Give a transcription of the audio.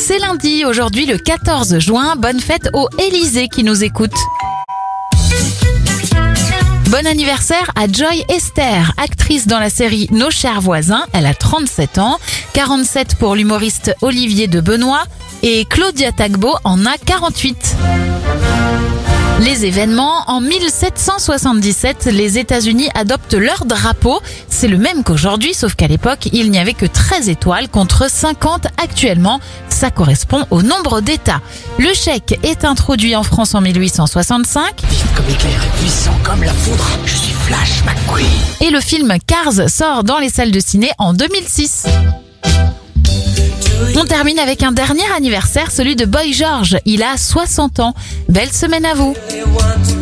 C'est lundi, aujourd'hui le 14 juin. Bonne fête aux Élysée qui nous écoutent. Bon anniversaire à Joy Esther, actrice dans la série Nos chers voisins. Elle a 37 ans, 47 pour l'humoriste Olivier de Benoît et Claudia Tagbo en a 48. Les événements, en 1777, les États-Unis adoptent leur drapeau. C'est le même qu'aujourd'hui, sauf qu'à l'époque, il n'y avait que 13 étoiles contre 50 actuellement. Ça correspond au nombre d'États. Le chèque est introduit en France en 1865. Vif comme l'éclair et puissant comme la foudre, je suis Flash McQueen. Et le film Cars sort dans les salles de ciné en 2006. On termine avec un dernier anniversaire, celui de Boy George. Il a 60 ans. Belle semaine à vous.